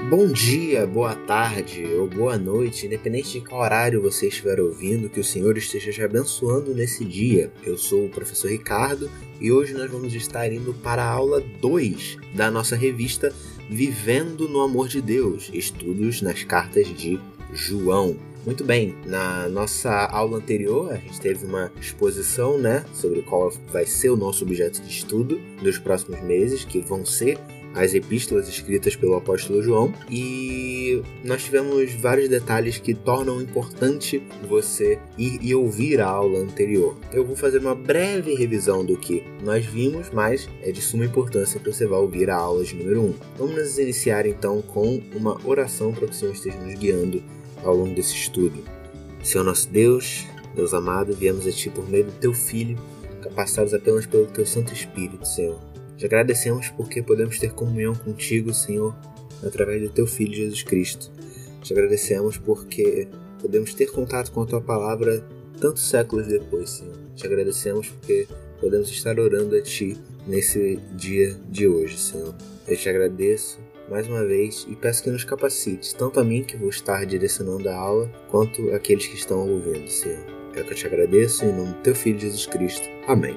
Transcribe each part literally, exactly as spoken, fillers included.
Bom dia, boa tarde ou boa noite, independente de qual horário você estiver ouvindo, que o Senhor esteja te abençoando nesse dia. Eu sou o professor Ricardo e hoje nós vamos estar indo para a aula dois da nossa revista Vivendo no Amor de Deus, estudos nas cartas de João. Muito bem, na nossa aula anterior a gente teve uma exposição, né, sobre qual vai ser o nosso objeto de estudo dos próximos meses, que vão ser as epístolas escritas pelo apóstolo João, e nós tivemos vários detalhes que tornam importante você ir e ouvir a aula anterior. Eu vou fazer uma breve revisão do que nós vimos, mas é de suma importância que você vá ouvir a aula de número um. Vamos nos iniciar então com uma oração para que o Senhor esteja nos guiando ao longo desse estudo. Senhor nosso Deus, Deus amado, viemos a Ti por meio do Teu Filho, capacitados apenas pelo Teu Santo Espírito, Senhor. Te agradecemos porque podemos ter comunhão contigo, Senhor, através do Teu Filho Jesus Cristo. Te agradecemos porque podemos ter contato com a Tua Palavra tantos séculos depois, Senhor. Te agradecemos porque podemos estar orando a Ti nesse dia de hoje, Senhor. Eu te agradeço mais uma vez e peço que nos capacites, tanto a mim que vou estar direcionando a aula, quanto aqueles que estão ouvindo, Senhor. É o que eu te agradeço em nome do Teu Filho Jesus Cristo. Amém.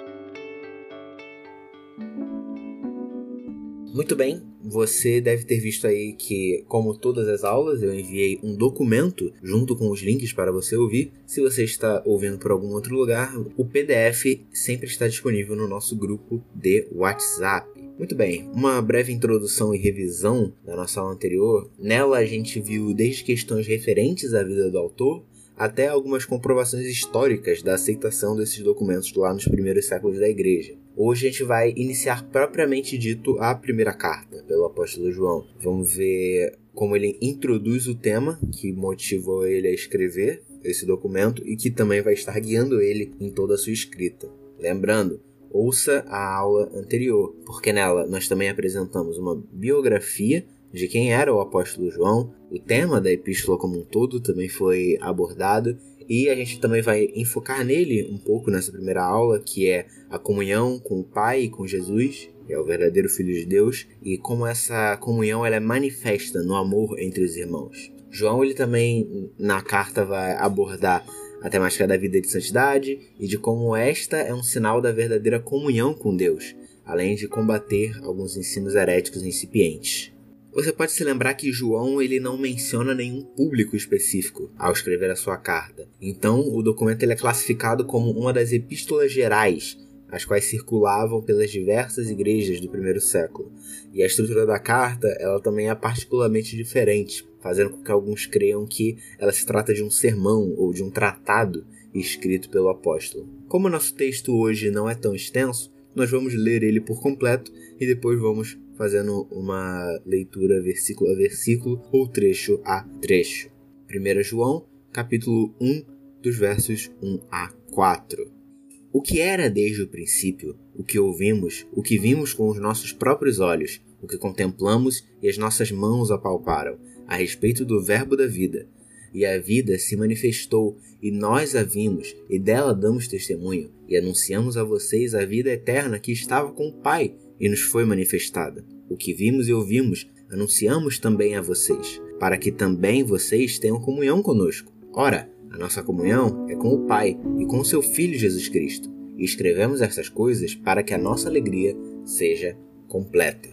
Muito bem, você deve ter visto aí que, como todas as aulas, eu enviei um documento junto com os links para você ouvir. Se você está ouvindo por algum outro lugar, o P D F sempre está disponível no nosso grupo de WhatsApp. Muito bem, uma breve introdução e revisão da nossa aula anterior. Nela a gente viu desde questões referentes à vida do autor, até algumas comprovações históricas da aceitação desses documentos lá nos primeiros séculos da Igreja. Hoje a gente vai iniciar propriamente dito a primeira carta pelo apóstolo João. Vamos ver como ele introduz o tema que motivou ele a escrever esse documento e que também vai estar guiando ele em toda a sua escrita. Lembrando, ouça a aula anterior, porque nela nós também apresentamos uma biografia de quem era o apóstolo João, o tema da epístola como um todo também foi abordado, e a gente também vai enfocar nele um pouco nessa primeira aula, que é a comunhão com o Pai e com Jesus, que é o verdadeiro Filho de Deus, e como essa comunhão ela é manifesta no amor entre os irmãos. João ele também na carta vai abordar a temática da vida de santidade e de como esta é um sinal da verdadeira comunhão com Deus, além de combater alguns ensinos heréticos incipientes. Você pode se lembrar que João ele não menciona nenhum público específico ao escrever a sua carta. Então, o documento ele é classificado como uma das epístolas gerais, as quais circulavam pelas diversas igrejas do primeiro século. E a estrutura da carta ela também é particularmente diferente, fazendo com que alguns creiam que ela se trata de um sermão ou de um tratado escrito pelo apóstolo. Como o nosso texto hoje não é tão extenso, nós vamos ler ele por completo e depois vamos fazendo uma leitura versículo a versículo ou trecho a trecho. primeiro João, capítulo um, dos versos um a quatro. O que era desde o princípio, o que ouvimos, o que vimos com os nossos próprios olhos, o que contemplamos e as nossas mãos apalparam, a respeito do verbo da vida. E a vida se manifestou, e nós a vimos, e dela damos testemunho, e anunciamos a vocês a vida eterna que estava com o Pai, e nos foi manifestada. O que vimos e ouvimos, anunciamos também a vocês, para que também vocês tenham comunhão conosco. Ora, a nossa comunhão é com o Pai e com o seu Filho Jesus Cristo, e escrevemos estas coisas para que a nossa alegria seja completa.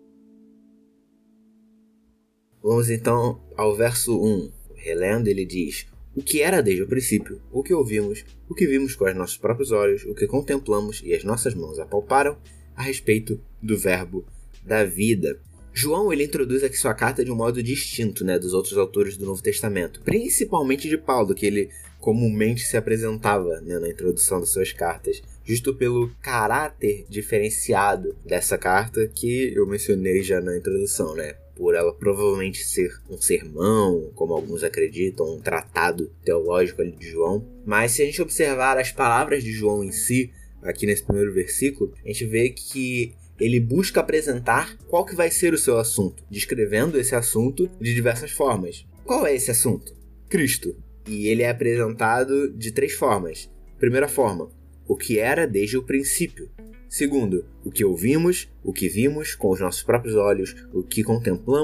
Vamos então ao verso um. Relendo, ele diz: o que era desde o princípio, o que ouvimos, o que vimos com os nossos próprios olhos, o que contemplamos e as nossas mãos apalparam, a respeito do verbo da vida. João ele introduz aqui sua carta de um modo distinto, né, dos outros autores do Novo Testamento, principalmente de Paulo, que ele comumente se apresentava, né, na introdução das suas cartas, justo pelo caráter diferenciado dessa carta que eu mencionei já na introdução, né? Por ela provavelmente ser um sermão, como alguns acreditam, um tratado teológico ali de João. Mas se a gente observar as palavras de João em si, aqui nesse primeiro versículo, a gente vê que ele busca apresentar qual que vai ser o seu assunto, descrevendo esse assunto de diversas formas. Qual é esse assunto? Cristo. E ele é apresentado de três formas. Primeira forma, o que era desde o princípio. Segundo, o que ouvimos, o que vimos com os nossos próprios olhos, o que contemplamos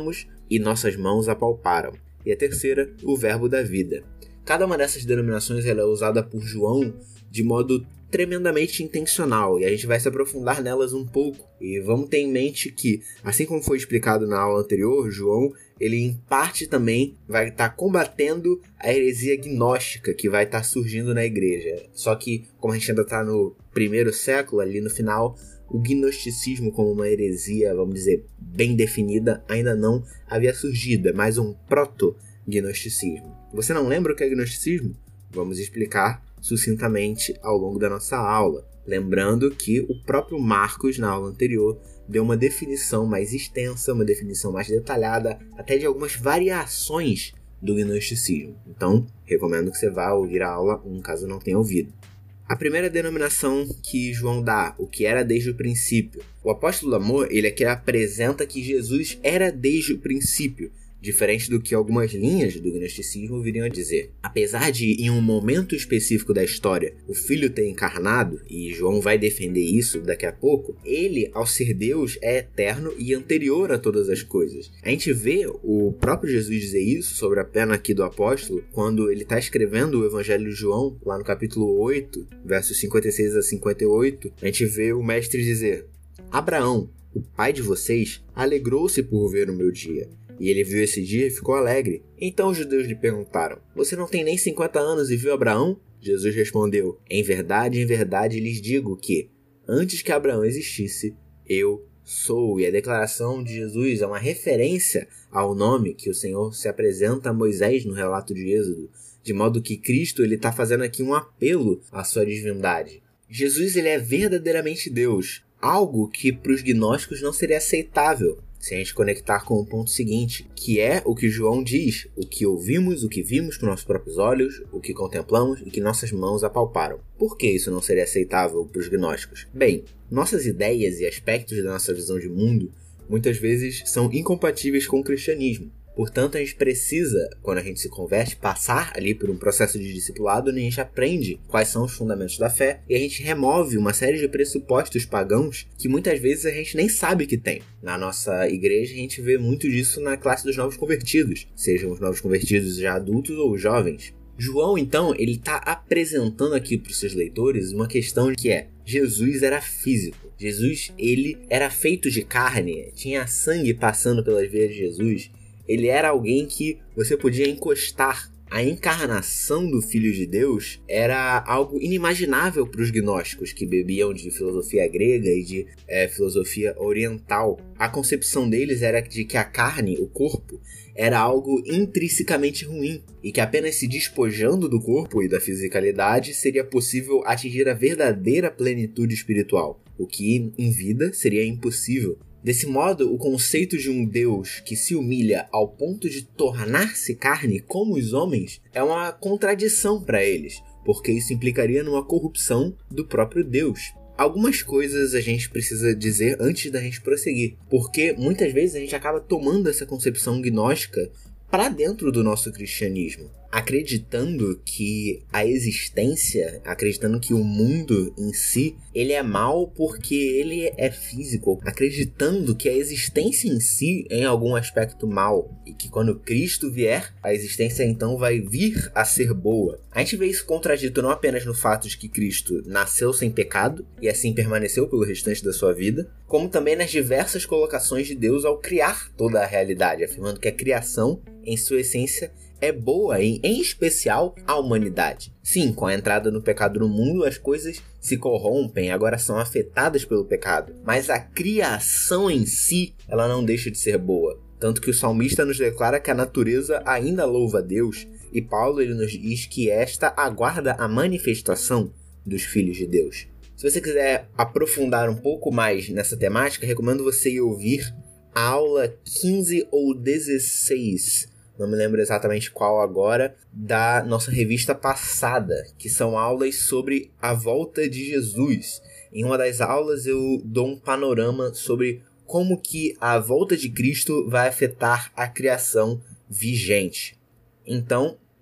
e nossas mãos apalparam. E a terceira, o verbo da vida. Cada uma dessas denominações ela é usada por João de modo tremendamente intencional, e a gente vai se aprofundar nelas um pouco. E vamos ter em mente que, assim como foi explicado na aula anterior, João, ele em parte também vai estar combatendo a heresia gnóstica que vai estar surgindo na igreja. Só que, como a gente ainda está no primeiro século, ali no final, o gnosticismo como uma heresia, vamos dizer, bem definida, ainda não havia surgido. É mais um proto-gnosticismo. Você não lembra o que é gnosticismo? Vamos explicar sucintamente ao longo da nossa aula. Lembrando que o próprio Marcos, na aula anterior, deu uma definição mais extensa, uma definição mais detalhada, até de algumas variações do gnosticismo. Então, recomendo que você vá ouvir a aula um, caso não tenha ouvido. A primeira denominação que João dá, o que era desde o princípio. O apóstolo do amor, ele aqui apresenta que Jesus era desde o princípio, diferente do que algumas linhas do gnosticismo viriam a dizer. Apesar de, em um momento específico da história, o Filho ter encarnado, e João vai defender isso daqui a pouco, ele, ao ser Deus, é eterno e anterior a todas as coisas. A gente vê o próprio Jesus dizer isso sobre a pena aqui do apóstolo, quando ele está escrevendo o Evangelho de João, lá no capítulo oito, versos cinquenta e seis a cinquenta e oito, a gente vê o mestre dizer: Abraão, o pai de vocês, alegrou-se por ver o meu dia. E ele viu esse dia e ficou alegre. Então os judeus lhe perguntaram: Você não tem nem cinquenta anos e viu Abraão? Jesus respondeu: Em verdade, em verdade lhes digo que, antes que Abraão existisse, eu sou. E a declaração de Jesus é uma referência ao nome que o Senhor se apresenta a Moisés no relato de Êxodo, de modo que Cristo está fazendo aqui um apelo à sua divindade. Jesus ele é verdadeiramente Deus, algo que para os gnósticos não seria aceitável, se a gente conectar com o ponto seguinte, que é o que João diz: o que ouvimos, o que vimos com nossos próprios olhos, o que contemplamos e que nossas mãos apalparam. Por que isso não seria aceitável para os gnósticos? Bem, nossas ideias e aspectos da nossa visão de mundo muitas vezes são incompatíveis com o cristianismo. Portanto, a gente precisa, quando a gente se converte, passar ali por um processo de discipulado onde a gente aprende quais são os fundamentos da fé e a gente remove uma série de pressupostos pagãos que muitas vezes a gente nem sabe que tem. Na nossa igreja, a gente vê muito disso na classe dos novos convertidos, sejam os novos convertidos já adultos ou jovens. João, então, ele está apresentando aqui para os seus leitores uma questão que é: Jesus era físico. Jesus, ele era feito de carne, tinha sangue passando pelas veias de Jesus. Ele era alguém que você podia encostar. A encarnação do Filho de Deus era algo inimaginável para os gnósticos, que bebiam de filosofia grega e de é, filosofia oriental. A concepção deles era de que a carne, o corpo, era algo intrinsecamente ruim, e que apenas se despojando do corpo e da fisicalidade seria possível atingir a verdadeira plenitude espiritual, o que em vida seria impossível. Desse modo, o conceito de um Deus que se humilha ao ponto de tornar-se carne como os homens é uma contradição para eles, porque isso implicaria numa corrupção do próprio Deus. Algumas coisas a gente precisa dizer antes da gente prosseguir, porque muitas vezes a gente acaba tomando essa concepção gnóstica para dentro do nosso cristianismo, acreditando que a existência, acreditando que o mundo em si, ele é mau porque ele é físico, acreditando que a existência em si é em algum aspecto mau, e que quando Cristo vier, a existência então vai vir a ser boa. A gente vê isso contradito não apenas no fato de que Cristo nasceu sem pecado, e assim permaneceu pelo restante da sua vida, como também nas diversas colocações de Deus ao criar toda a realidade, afirmando que a criação, em sua essência, é boa, e em especial a humanidade. Sim, com a entrada no pecado no mundo, as coisas se corrompem, agora são afetadas pelo pecado. Mas a criação em si, ela não deixa de ser boa. Tanto que o salmista nos declara que a natureza ainda louva a Deus, e Paulo ele nos diz que esta aguarda a manifestação dos filhos de Deus. Se você quiser aprofundar um pouco mais nessa temática, recomendo você ir ouvir a aula quinze ou dezesseis, não me lembro exatamente qual agora, da nossa revista passada, que são aulas sobre a volta de Jesus. Em uma das aulas eu dou um panorama sobre como que a volta de Cristo vai afetar a criação vigente. Então,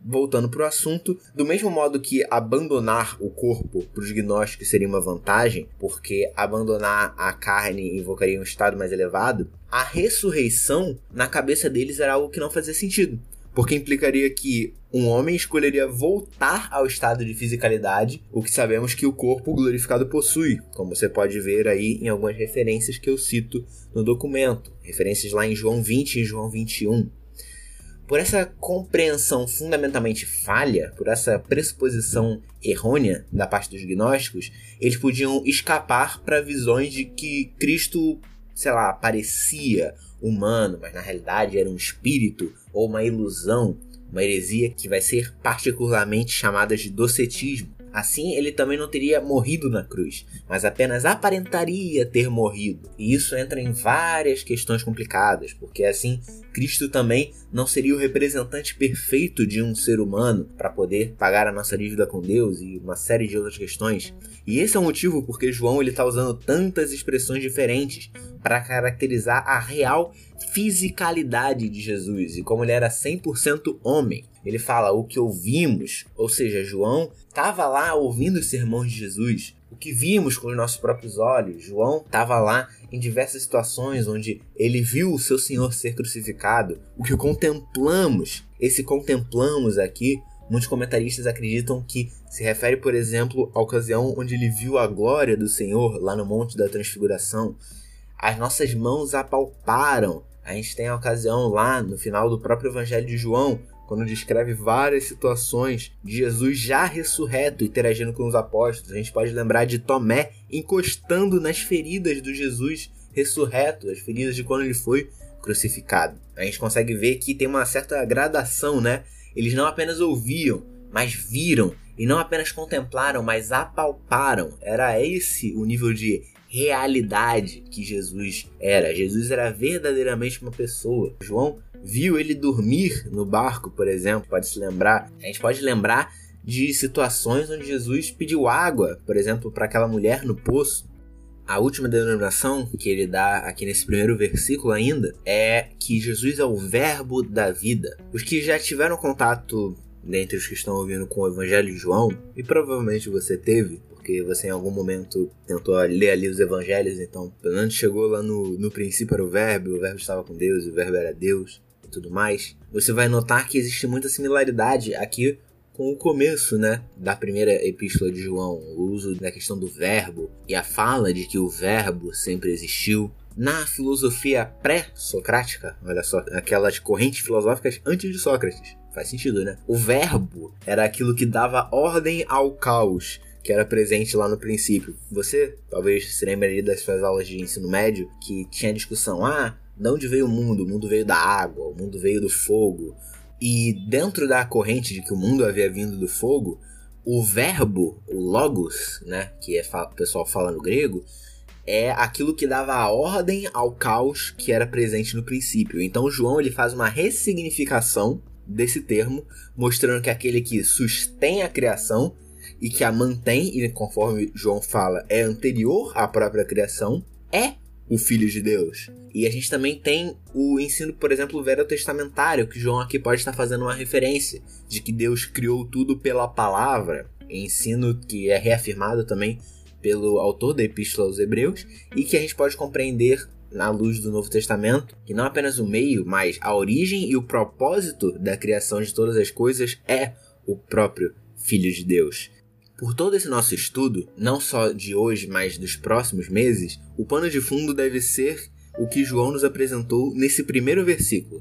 voltando para o assunto, do mesmo modo que abandonar o corpo para os gnósticos seria uma vantagem, porque abandonar a carne invocaria um estado mais elevado, a ressurreição, na cabeça deles, era algo que não fazia sentido. Porque implicaria que um homem escolheria voltar ao estado de fisicalidade, o que sabemos que o corpo glorificado possui, como você pode ver aí em algumas referências que eu cito no documento, referências lá em João vinte e em João vinte e um. Por essa compreensão fundamentalmente falha, por essa pressuposição errônea da parte dos gnósticos, eles podiam escapar para visões de que Cristo, sei lá, parecia humano, mas na realidade era um espírito ou uma ilusão, uma heresia que vai ser particularmente chamada de docetismo. Assim, ele também não teria morrido na cruz, mas apenas aparentaria ter morrido. E isso entra em várias questões complicadas, porque assim, Cristo também não seria o representante perfeito de um ser humano para poder pagar a nossa dívida com Deus e uma série de outras questões. E esse é o motivo porque João está usando tantas expressões diferentes para caracterizar a real fisicalidade de Jesus e como ele era cem por cento homem. Ele fala o que ouvimos, ou seja, João estava lá ouvindo os sermões de Jesus, o que vimos com os nossos próprios olhos. João estava lá em diversas situações onde ele viu o seu Senhor ser crucificado, o que contemplamos. Esse contemplamos aqui, muitos comentaristas acreditam que se refere, por exemplo, à ocasião onde ele viu a glória do Senhor lá no Monte da Transfiguração. As nossas mãos apalparam. A gente tem a ocasião lá no final do próprio Evangelho de João, quando descreve várias situações de Jesus já ressurreto interagindo com os apóstolos. A gente pode lembrar de Tomé encostando nas feridas do Jesus ressurreto, as feridas de quando ele foi crucificado. A gente consegue ver que tem uma certa gradação, né? Eles não apenas ouviam, mas viram. E não apenas contemplaram, mas apalparam. Era esse o nível de realidade que Jesus era. Jesus era verdadeiramente uma pessoa. João viu ele dormir no barco, por exemplo, pode se lembrar. A gente pode lembrar de situações onde Jesus pediu água, por exemplo, para aquela mulher no poço. A última denominação que ele dá aqui nesse primeiro versículo ainda é que Jesus é o verbo da vida. Os que já tiveram contato, dentre os que estão ouvindo, com o Evangelho de João, e provavelmente você teve, porque você em algum momento tentou ler ali os evangelhos, então pelo menos chegou lá no, no princípio era o verbo, o verbo estava com Deus, o verbo era Deus e tudo mais. Você vai notar que existe muita similaridade aqui com o começo, né, da primeira epístola de João, o uso da questão do verbo e a fala de que o verbo sempre existiu. Na filosofia pré-socrática, olha só, aquelas correntes filosóficas antes de Sócrates, faz sentido, né? O verbo era aquilo que dava ordem ao caos, que era presente lá no princípio. Você talvez se lembre das suas aulas de ensino médio, que tinha discussão, ah, de onde veio o mundo? O mundo veio da água, o mundo veio do fogo. E dentro da corrente de que o mundo havia vindo do fogo, o verbo, o logos, né, que é, o pessoal fala no grego, é aquilo que dava a ordem ao caos que era presente no princípio. Então João ele faz uma ressignificação desse termo, mostrando que aquele que sustém a criação e que a mantém, e conforme João fala, é anterior à própria criação, é o Filho de Deus. E a gente também tem o ensino, por exemplo, verotestamentário, que João aqui pode estar fazendo uma referência, de que Deus criou tudo pela palavra, ensino que é reafirmado também pelo autor da Epístola aos Hebreus, e que a gente pode compreender na luz do Novo Testamento, que não apenas o meio, mas a origem e o propósito da criação de todas as coisas é o próprio Filho de Deus. Por todo esse nosso estudo, não só de hoje, mas dos próximos meses, o pano de fundo deve ser o que João nos apresentou nesse primeiro versículo.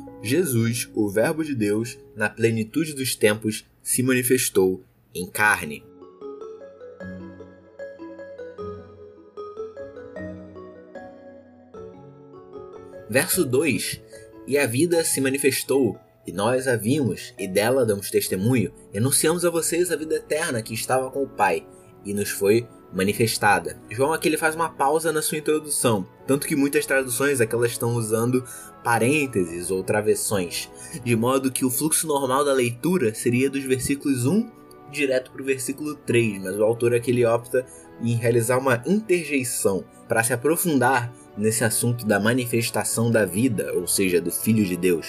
Jesus, o Verbo de Deus, na plenitude dos tempos, se manifestou em carne. Verso dois. E a vida se manifestou, e nós a vimos, e dela damos testemunho, e anunciamos a vocês a vida eterna que estava com o Pai, e nos foi manifestada. João aqui ele faz uma pausa na sua introdução, tanto que muitas traduções aqui elas estão usando parênteses ou travessões, de modo que o fluxo normal da leitura seria dos versículos um direto para o versículo três, mas o autor aqui ele opta em realizar uma interjeição para se aprofundar nesse assunto da manifestação da vida, ou seja, do Filho de Deus.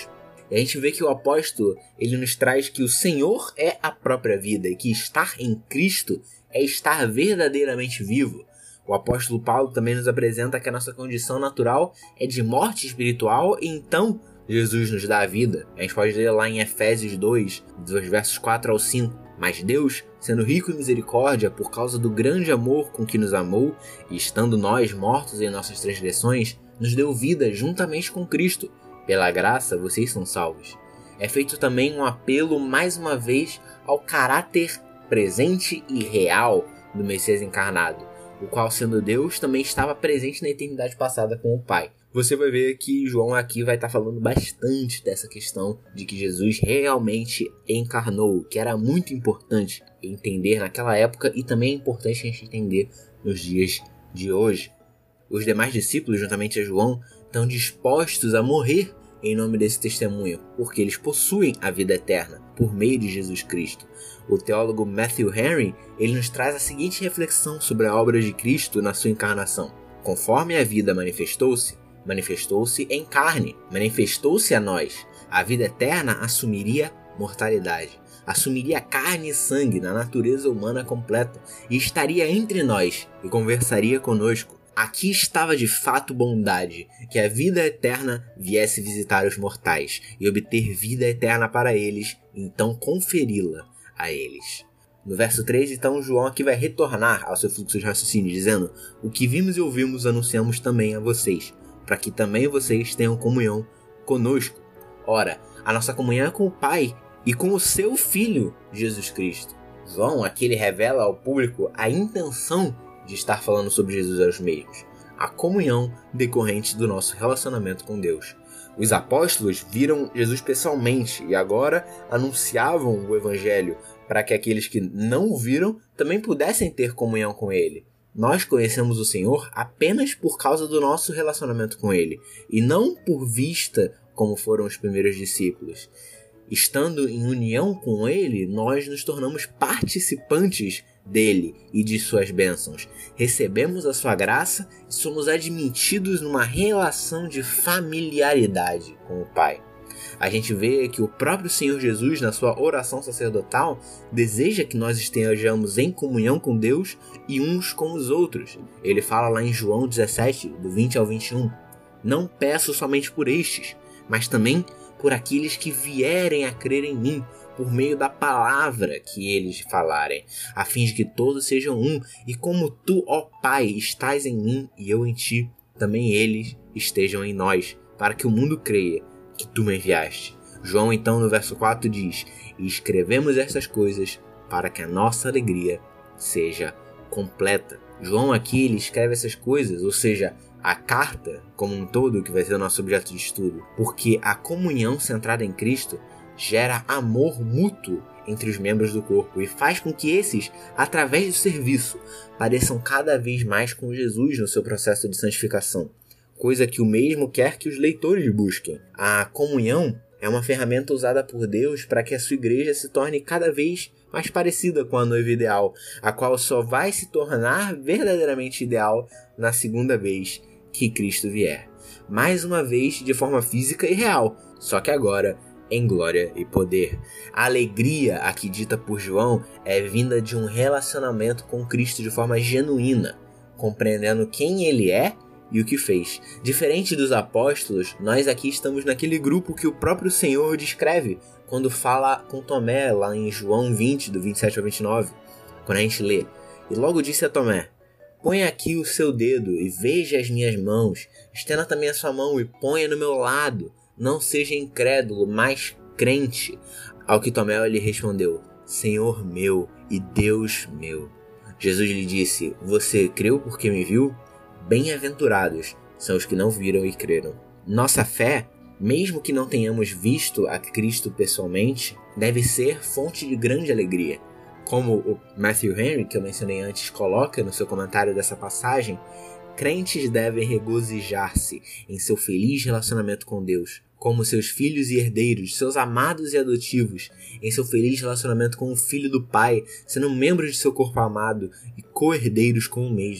E a gente vê que o apóstolo, ele nos traz que o Senhor é a própria vida e que estar em Cristo é estar verdadeiramente vivo. O apóstolo Paulo também nos apresenta que a nossa condição natural é de morte espiritual e então Jesus nos dá a vida. A gente pode ler lá em Efésios dois, dos versos quatro ao cinco. Mas Deus, sendo rico em misericórdia por causa do grande amor com que nos amou, e estando nós mortos em nossas transgressões, nos deu vida juntamente com Cristo. Pela graça vocês são salvos. É feito também um apelo mais uma vez ao caráter presente e real do Messias encarnado, o qual, sendo Deus, também estava presente na eternidade passada com o Pai. Você vai ver que João aqui vai estar falando bastante dessa questão de que Jesus realmente encarnou, que era muito importante entender naquela época e também é importante a gente entender nos dias de hoje. Os demais discípulos, juntamente a João, estão dispostos a morrer em nome desse testemunho, porque eles possuem a vida eterna por meio de Jesus Cristo. O teólogo Matthew Henry, ele nos traz a seguinte reflexão sobre a obra de Cristo na sua encarnação. Conforme a vida manifestou-se, manifestou-se em carne, manifestou-se a nós. A vida eterna assumiria mortalidade, assumiria carne e sangue na natureza humana completa e estaria entre nós e conversaria conosco. Aqui estava de fato bondade, que a vida eterna viesse visitar os mortais e obter vida eterna para eles, e então conferi-la a eles. No verso três, então, João aqui vai retornar ao seu fluxo de raciocínio, dizendo: o que vimos e ouvimos anunciamos também a vocês, para que também vocês tenham comunhão conosco. Ora, a nossa comunhão é com o Pai e com o seu Filho, Jesus Cristo. João aqui ele revela ao público a intenção de estar falando sobre Jesus aos mesmos, a comunhão decorrente do nosso relacionamento com Deus. Os apóstolos viram Jesus pessoalmente e agora anunciavam o Evangelho para que aqueles que não o viram também pudessem ter comunhão com Ele. Nós conhecemos o Senhor apenas por causa do nosso relacionamento com Ele, e não por vista como foram os primeiros discípulos. Estando em união com Ele, nós nos tornamos participantes dele e de suas bênçãos. Recebemos a sua graça e somos admitidos numa relação de familiaridade com o Pai. A gente vê que o próprio Senhor Jesus, na sua oração sacerdotal, deseja que nós estejamos em comunhão com Deus e uns com os outros. Ele fala lá em João dezessete, do vinte ao vinte e um: não peço somente por estes, mas também por aqueles que vierem a crer em mim, por meio da palavra que eles falarem, a fim de que todos sejam um, e como tu, ó Pai, estás em mim e eu em ti, também eles estejam em nós, para que o mundo creia que tu me enviaste. João então no verso quatro diz: e escrevemos estas coisas para que a nossa alegria seja completa. João aqui ele escreve essas coisas, ou seja, a carta como um todo, que vai ser o nosso objeto de estudo, porque a comunhão centrada em Cristo gera amor mútuo entre os membros do corpo e faz com que esses, através do serviço, pareçam cada vez mais com Jesus no seu processo de santificação, coisa que o mesmo quer que os leitores busquem. A comunhão é uma ferramenta usada por Deus para que a sua igreja se torne cada vez mais parecida com a noiva ideal, a qual só vai se tornar verdadeiramente ideal na segunda vez que Cristo vier. Mais uma vez de forma física e real, só que agora em glória e poder. A alegria aqui dita por João é vinda de um relacionamento com Cristo de forma genuína, compreendendo quem ele é e o que fez. Diferente dos apóstolos, nós aqui estamos naquele grupo que o próprio Senhor descreve quando fala com Tomé, lá em João vinte, do vinte e sete ao vinte e nove, quando a gente lê: e logo disse a Tomé: põe aqui o seu dedo e veja as minhas mãos, estenda também a sua mão e ponha no meu lado, não seja incrédulo, mas crente. Ao que Tomé lhe respondeu: Senhor meu e Deus meu. Jesus lhe disse: você creu porque me viu? Bem-aventurados são os que não viram e creram. Nossa fé, mesmo que não tenhamos visto a Cristo pessoalmente, deve ser fonte de grande alegria. Como o Matthew Henry, que eu mencionei antes, coloca no seu comentário dessa passagem, crentes devem regozijar-se em seu feliz relacionamento com Deus, como seus filhos e herdeiros, seus amados e adotivos, em seu feliz relacionamento com o Filho do Pai, sendo membros de seu corpo amado e co-herdeiros com o mesmo,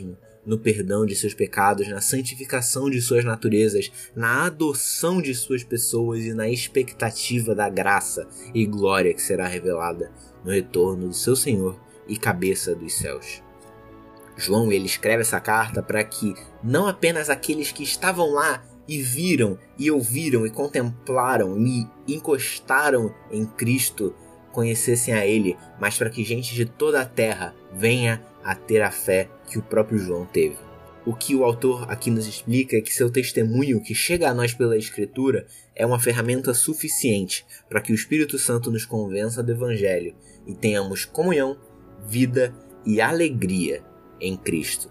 no perdão de seus pecados, na santificação de suas naturezas, na adoção de suas pessoas e na expectativa da graça e glória que será revelada no retorno do seu Senhor e cabeça dos céus. João, ele escreve essa carta para que não apenas aqueles que estavam lá e viram, e ouviram, e contemplaram, e encostaram em Cristo conhecessem a Ele, mas para que gente de toda a terra venha a ter a fé que o próprio João teve. O que o autor aqui nos explica é que seu testemunho, que chega a nós pela Escritura, é uma ferramenta suficiente para que o Espírito Santo nos convença do Evangelho e tenhamos comunhão, vida e alegria em Cristo.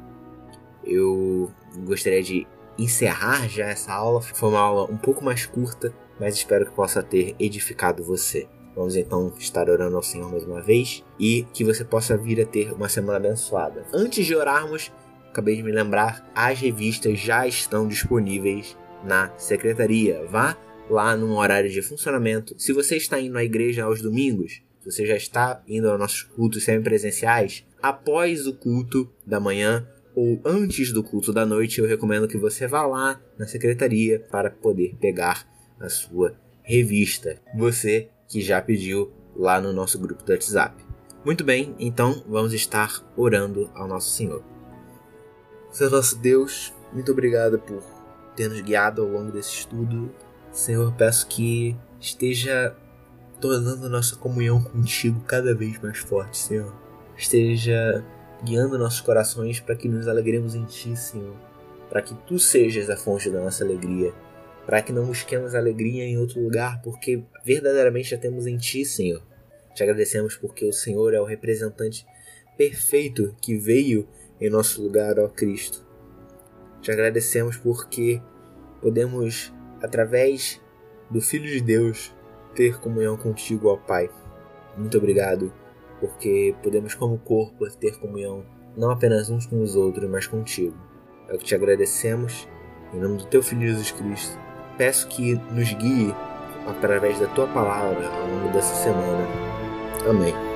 Eu gostaria de encerrar já essa aula. Foi uma aula um pouco mais curta, mas espero que possa ter edificado você. Vamos então estar orando ao Senhor mais uma vez e que você possa vir a ter uma semana abençoada. Antes de orarmos, acabei de me lembrar, as revistas já estão disponíveis na secretaria. Vá lá num horário de funcionamento. Se você está indo à igreja aos domingos, se você já está indo aos nossos cultos semipresenciais, após o culto da manhã ou antes do culto da noite, eu recomendo que você vá lá na secretaria para poder pegar a sua revista. Você que já pediu lá no nosso grupo do WhatsApp. Muito bem, então vamos estar orando ao nosso Senhor. Senhor nosso Deus, muito obrigado por ter nos guiado ao longo desse estudo. Senhor, peço que esteja tornando nossa comunhão contigo cada vez mais forte, Senhor. Esteja guiando nossos corações para que nos alegremos em Ti, Senhor. Para que Tu sejas a fonte da nossa alegria. Para que não busquemos alegria em outro lugar, porque verdadeiramente já temos em Ti, Senhor. Te agradecemos porque o Senhor é o representante perfeito que veio em nosso lugar, ó Cristo. Te agradecemos porque podemos, através do Filho de Deus, ter comunhão contigo, ó Pai. Muito obrigado, porque podemos como corpo ter comunhão não apenas uns com os outros, mas contigo. É o que te agradecemos, em nome do Teu Filho Jesus Cristo. Peço que nos guie através da Tua palavra ao longo dessa semana. Amém.